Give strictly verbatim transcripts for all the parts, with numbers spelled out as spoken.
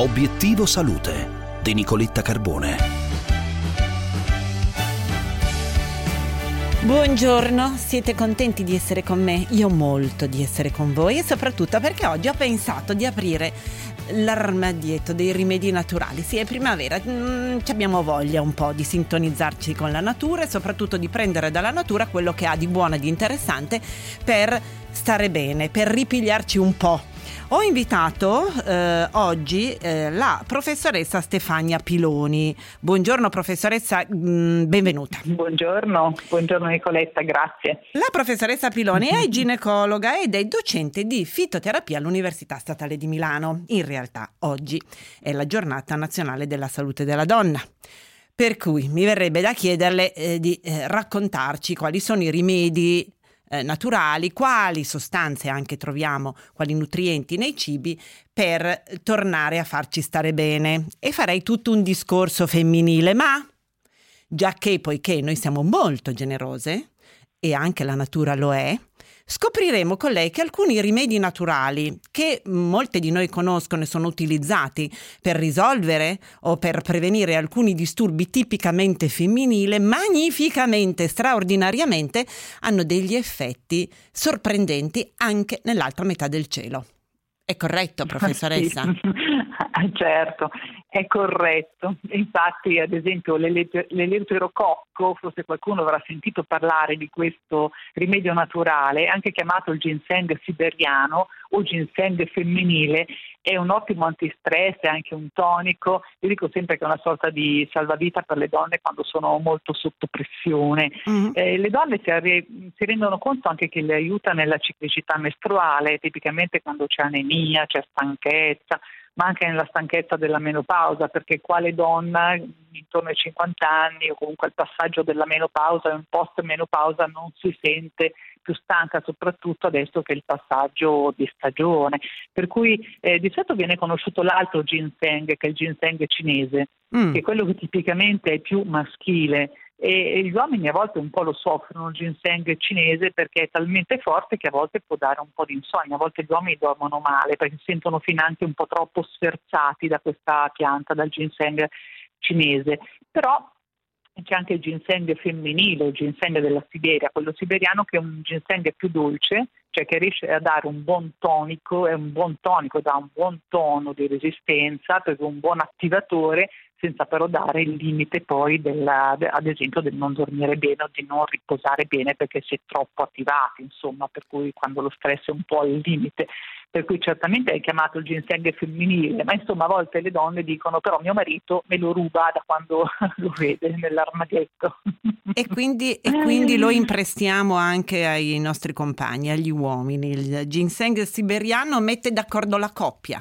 Obiettivo Salute di Nicoletta Carbone. Buongiorno, siete contenti di essere con me? Io molto di essere con voi, e soprattutto perché oggi ho pensato di aprire l'armadietto dei rimedi naturali. Sì, è primavera, mm, abbiamo voglia un po' di sintonizzarci con la natura e soprattutto di prendere dalla natura quello che ha di buono e di interessante per stare bene, per ripigliarci un po'. Ho invitato eh, oggi eh, la professoressa Stefania Piloni. Buongiorno professoressa, mh, benvenuta. Buongiorno, buongiorno Nicoletta, grazie. La professoressa Piloni è ginecologa ed è docente di fitoterapia all'Università Statale di Milano. In realtà oggi è la giornata nazionale della salute della donna. Per cui mi verrebbe da chiederle eh, di eh, raccontarci quali sono i rimedi naturali, quali sostanze anche troviamo, quali nutrienti nei cibi per tornare a farci stare bene. E farei tutto un discorso femminile, ma giacché poiché noi siamo molto generose e anche la natura lo è, scopriremo con lei che alcuni rimedi naturali che molte di noi conoscono e sono utilizzati per risolvere o per prevenire alcuni disturbi tipicamente femminili, magnificamente, straordinariamente, hanno degli effetti sorprendenti anche nell'altra metà del cielo. È corretto, professoressa? Sì. Certo, è corretto. Infatti, ad esempio, l'eleuterococco, forse qualcuno avrà sentito parlare di questo rimedio naturale, anche chiamato il ginseng siberiano o ginseng femminile, è un ottimo antistress, è anche un tonico. Io dico sempre che è una sorta di salvavita per le donne quando sono molto sotto pressione. Mm-hmm. Eh, le donne si, arri- si rendono conto anche che le aiuta nella ciclicità mestruale, tipicamente quando c'è anemia, c'è stanchezza, ma anche nella stanchezza della menopausa, perché quale donna intorno ai cinquanta anni o comunque al passaggio della menopausa e un post menopausa non si sente più stanca, soprattutto adesso che è il passaggio di stagione. Per cui eh, di solito viene conosciuto l'altro ginseng, che è il ginseng cinese, mm. che è quello che tipicamente è più maschile. E gli uomini a volte un po' lo soffrono il ginseng cinese perché è talmente forte che a volte può dare un po' di insonnia, a volte gli uomini dormono male perché si sentono finanche un po' troppo sferzati da questa pianta, dal ginseng cinese. Però c'è anche il ginseng femminile, il ginseng della Siberia, quello siberiano, che è un ginseng più dolce, cioè che riesce a dare un buon tonico, è un buon tonico, dà un buon tono di resistenza, perché è un buon attivatore, senza però dare il limite poi della, ad esempio del non dormire bene o di non riposare bene perché si è troppo attivati, insomma, per cui quando lo stress è un po' al limite. Per cui certamente è chiamato il ginseng femminile, ma insomma a volte le donne dicono però mio marito me lo ruba da quando lo vede nell'armadietto. E quindi, e quindi lo imprestiamo anche ai nostri compagni, agli uomini. Il ginseng siberiano mette d'accordo la coppia.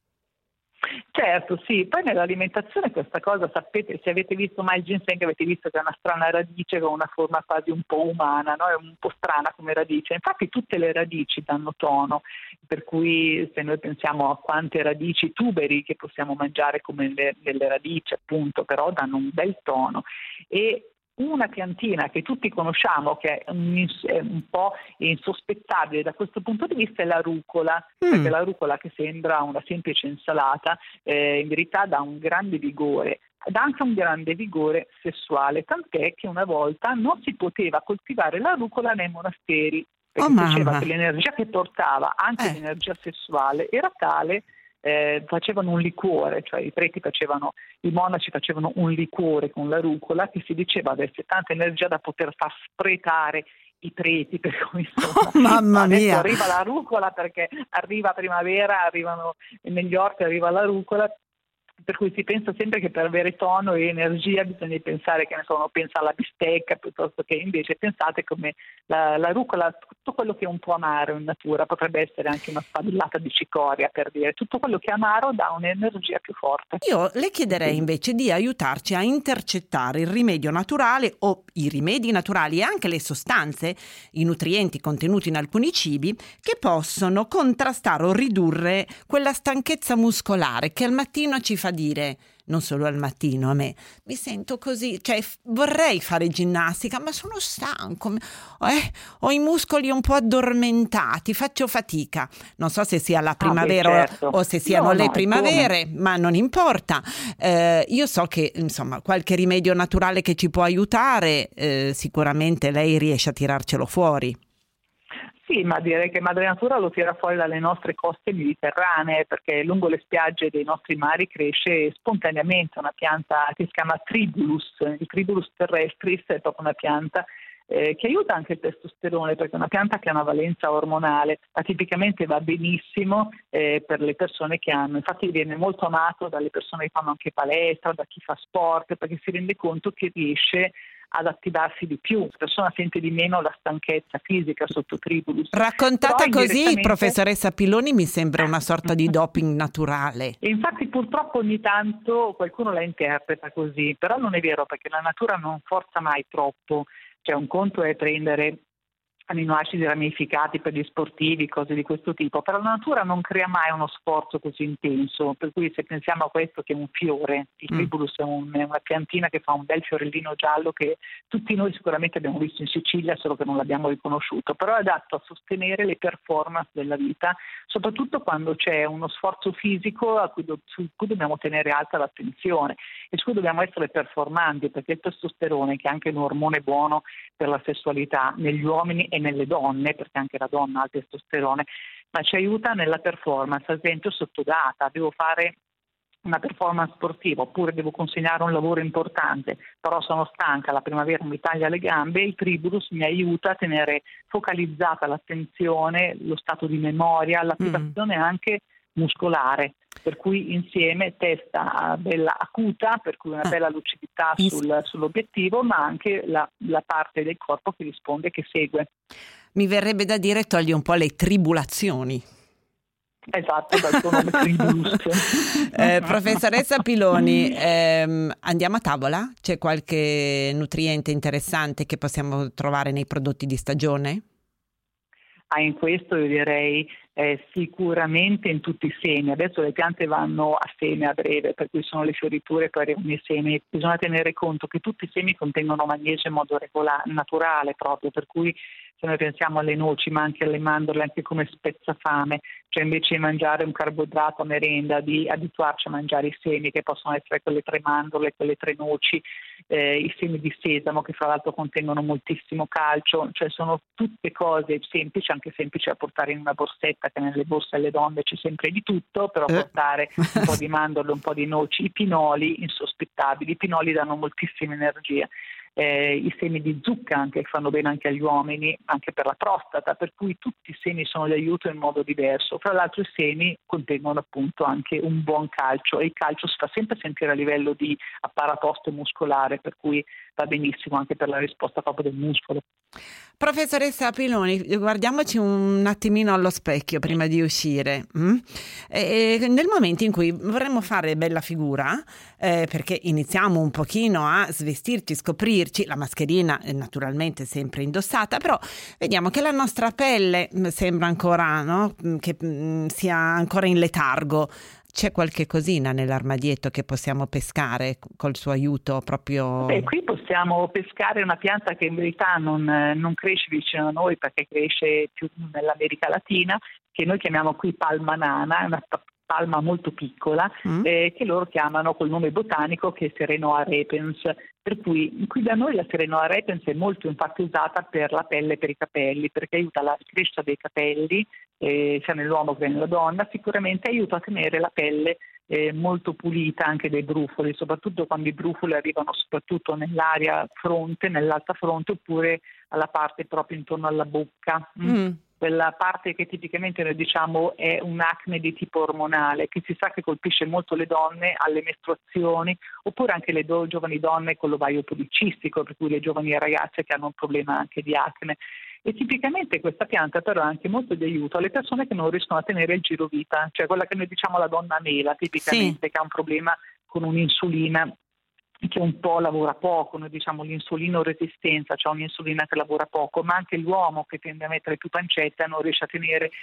Certo, sì, poi nell'alimentazione questa cosa, sapete, se avete visto mai il ginseng avete visto che è una strana radice con una forma quasi un po' umana, no? È un po' strana come radice, infatti tutte le radici danno tono, per cui se noi pensiamo a quante radici, tuberi che possiamo mangiare come le, le radici appunto, però danno un bel tono. E una piantina che tutti conosciamo, che è un, è un po' insospettabile da questo punto di vista, è la rucola, mm. perché la rucola, che sembra una semplice insalata, eh, in verità dà un grande vigore, dà anche un grande vigore sessuale, tant'è che una volta non si poteva coltivare la rucola nei monasteri, perché oh, diceva che l'energia che portava, anche eh. l'energia sessuale, era tale. Eh, facevano un liquore, cioè i preti facevano, i monaci facevano un liquore con la rucola che si diceva avesse tanta energia da poter far spretare i preti, per cui insomma, oh, mamma adesso mia. arriva la rucola perché arriva primavera, arrivano negli orti, arriva la rucola. Per cui si pensa sempre che per avere tono e energia bisogna pensare, che ne so, uno pensa alla bistecca, piuttosto che invece pensate come la, la rucola, tutto quello che è un po' amaro in natura, potrebbe essere anche una spadellata di cicoria, per dire, tutto quello che è amaro dà un'energia più forte. Io le chiederei invece di aiutarci a intercettare il rimedio naturale o i rimedi naturali e anche le sostanze, i nutrienti contenuti in alcuni cibi che possono contrastare o ridurre quella stanchezza muscolare che al mattino ci fa dire non solo al mattino, a me mi sento così, cioè f- vorrei fare ginnastica, ma sono stanco, eh, ho i muscoli un po' addormentati, faccio fatica. Non so se sia la primavera ah, beh, o- certo. o se siano no, le no, primavere, ma non importa. Eh, io so che insomma qualche rimedio naturale che ci può aiutare, eh, sicuramente lei riesce a tirarcelo fuori. Sì, ma direi che Madre Natura lo tira fuori dalle nostre coste mediterranee, perché lungo le spiagge dei nostri mari cresce spontaneamente una pianta che si chiama Tribulus. Il Tribulus terrestris è proprio una pianta eh, che aiuta anche il testosterone, perché è una pianta che ha una valenza ormonale, ma tipicamente va benissimo eh, per le persone che hanno. Infatti viene molto amato dalle persone che fanno anche palestra, da chi fa sport, perché si rende conto che riesce ad attivarsi di più, la persona sente di meno la stanchezza fisica sotto Tribulus. Raccontata Però così, indirettamente... professoressa Piloni, mi sembra una sorta di doping naturale. E infatti purtroppo ogni tanto qualcuno la interpreta così, però non è vero, perché la natura non forza mai troppo. Cioè, un conto è prendere aminoacidi ramificati per gli sportivi, cose di questo tipo, però la natura non crea mai uno sforzo così intenso, per cui se pensiamo a questo che è un fiore, il Tribulus è, un, è una piantina che fa un bel fiorellino giallo che tutti noi sicuramente abbiamo visto in Sicilia, solo che non l'abbiamo riconosciuto, però è adatto a sostenere le performance della vita, soprattutto quando c'è uno sforzo fisico a cui do, su cui dobbiamo tenere alta l'attenzione e su cui dobbiamo essere performanti, perché il testosterone, che è anche un ormone buono per la sessualità negli uomini e nelle donne, perché anche la donna ha il testosterone, ma ci aiuta nella performance. Ad esempio, sottodata, devo fare una performance sportiva oppure devo consegnare un lavoro importante, però sono stanca, la primavera mi taglia le gambe, il Tribulus mi aiuta a tenere focalizzata l'attenzione, lo stato di memoria, l'attivazione mm. anche muscolare, per cui insieme testa bella acuta, per cui una bella lucidità sul, sull'obiettivo, ma anche la, la parte del corpo che risponde, che segue. Mi verrebbe da dire toglie un po' le tribulazioni. Esatto, dal suo nome Tribulus. eh, professoressa Piloni, ehm, andiamo a tavola? C'è qualche nutriente interessante che possiamo trovare nei prodotti di stagione? Ah, in questo io direi eh, sicuramente in tutti i semi. Adesso le piante vanno a seme a breve, per cui sono le fioriture, poi arrivano i semi. Bisogna tenere conto che tutti i semi contengono magnesio in modo regolare, naturale proprio, per cui se noi pensiamo alle noci, ma anche alle mandorle, anche come spezzafame, cioè invece di mangiare un carboidrato a merenda, di abituarci a mangiare i semi, che possono essere quelle tre mandorle, quelle tre noci, eh, i semi di sesamo, che fra l'altro contengono moltissimo calcio, cioè sono tutte cose semplici, anche semplici da portare in una borsetta, che nelle borse alle donne c'è sempre di tutto, però eh. portare un po' di mandorle, un po' di noci, i pinoli insospettabili, i pinoli danno moltissima energia. Eh, i semi di zucca anche fanno bene anche agli uomini, anche per la prostata, per cui tutti i semi sono di aiuto in modo diverso. Fra l'altro i semi contengono appunto anche un buon calcio e il calcio si fa sempre sentire a livello di apparato osteomuscolare, per cui va benissimo anche per la risposta proprio del muscolo. Professoressa Piloni, guardiamoci un attimino allo specchio prima di uscire. Mm? E nel momento in cui vorremmo fare bella figura, eh, perché iniziamo un pochino a svestirci, scoprirci, la mascherina è naturalmente sempre indossata, però vediamo che la nostra pelle sembra ancora, no? Che mh, sia ancora in letargo. C'è qualche cosina nell'armadietto che possiamo pescare col suo aiuto proprio? Beh, qui possiamo pescare una pianta che in verità non, non cresce vicino a noi, perché cresce più nell'America Latina, che noi chiamiamo qui palma nana, è una palma molto piccola, mm. eh, che loro chiamano col nome botanico che è Serenoa repens. Per cui qui da noi la Serenoa repens è molto infatti usata per la pelle e per i capelli, perché aiuta la crescita dei capelli, eh, sia nell'uomo che nella donna, sicuramente aiuta a tenere la pelle eh, molto pulita anche dei brufoli, soprattutto quando i brufoli arrivano soprattutto nell'area fronte, nell'alta fronte, oppure alla parte proprio intorno alla bocca. Mm. Quella parte che tipicamente noi diciamo è un'acne di tipo ormonale, che si sa che colpisce molto le donne alle mestruazioni, oppure anche le do- giovani donne con l'ovaio policistico, per cui le giovani ragazze che hanno un problema anche di acne. E tipicamente questa pianta però è anche molto di aiuto alle persone che non riescono a tenere il girovita, cioè quella che noi diciamo la donna mela, tipicamente, sì. Che ha un problema con un'insulina che un po' lavora poco, noi diciamo l'insulino resistenza, cioè un'insulina che lavora poco, ma anche l'uomo che tende a mettere più pancetta non riesce a tenere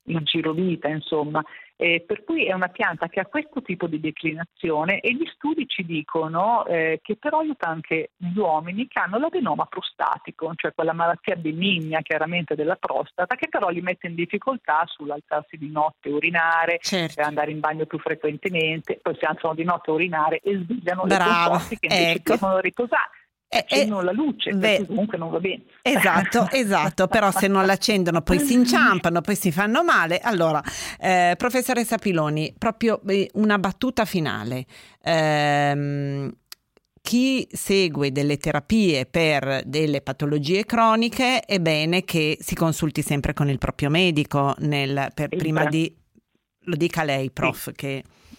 il girovita, insomma. Eh, per cui è una pianta che ha questo tipo di declinazione e gli studi ci dicono eh, che però aiuta anche gli uomini che hanno l'adenoma prostatico, cioè quella malattia benigna chiaramente della prostata, che però li mette in difficoltà sull'alzarsi di notte, urinare, certo. andare in bagno più frequentemente, poi si alzano di notte a urinare e svegliano Brava. le composte che invece Ecco. devono riposare. Accendono la luce, perché comunque non va bene. Esatto, esatto, però se non l'accendono poi si inciampano, poi si fanno male. Allora, eh, professoressa Piloni, proprio eh, una battuta finale. Ehm, chi segue delle terapie per delle patologie croniche è bene che si consulti sempre con il proprio medico nel, per, prima di, lo dica lei, prof, sì. che...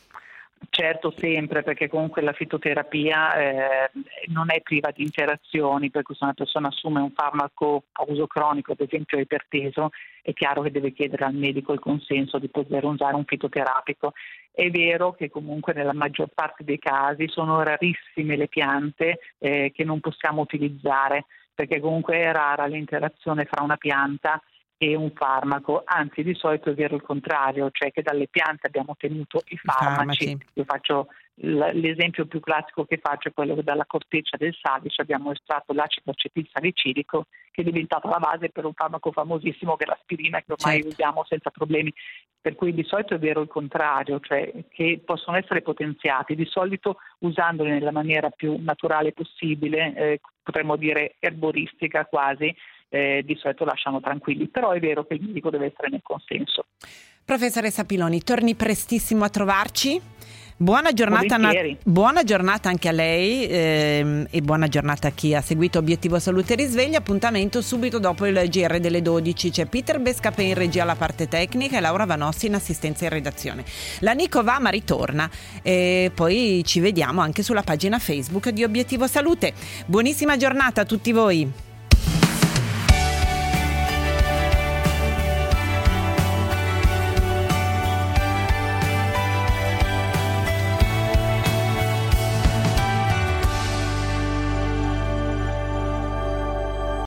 Certo, sempre, perché comunque la fitoterapia eh, non è priva di interazioni, per cui se una persona assume un farmaco a uso cronico, ad esempio iperteso, è chiaro che deve chiedere al medico il consenso di poter usare un fitoterapico. È vero che comunque nella maggior parte dei casi sono rarissime le piante eh, che non possiamo utilizzare, perché comunque è rara l'interazione fra una pianta e un farmaco, anzi di solito è vero il contrario, cioè che dalle piante abbiamo ottenuto i farmaci. farmaci. Io faccio l'esempio più classico che faccio è quello che dalla corteccia del salice abbiamo estratto l'acido acetilsalicilico, che è diventato la base per un farmaco famosissimo che è l'aspirina, che ormai certo. usiamo senza problemi. Per cui di solito è vero il contrario, cioè che possono essere potenziati, di solito usandoli nella maniera più naturale possibile, eh, potremmo dire erboristica quasi, Eh, di solito lasciano tranquilli, però è vero che il medico deve essere nel consenso. Professoressa Piloni, torni prestissimo a trovarci. Buona giornata, na- buona giornata anche a lei ehm, e buona giornata a chi ha seguito Obiettivo Salute Risveglia. Appuntamento subito dopo il G R delle dodici. C'è Peter Bescapè in regia alla parte tecnica e Laura Vanossi in assistenza in redazione. La Nico va ma ritorna e poi ci vediamo anche sulla pagina Facebook di Obiettivo Salute. Buonissima giornata a tutti voi.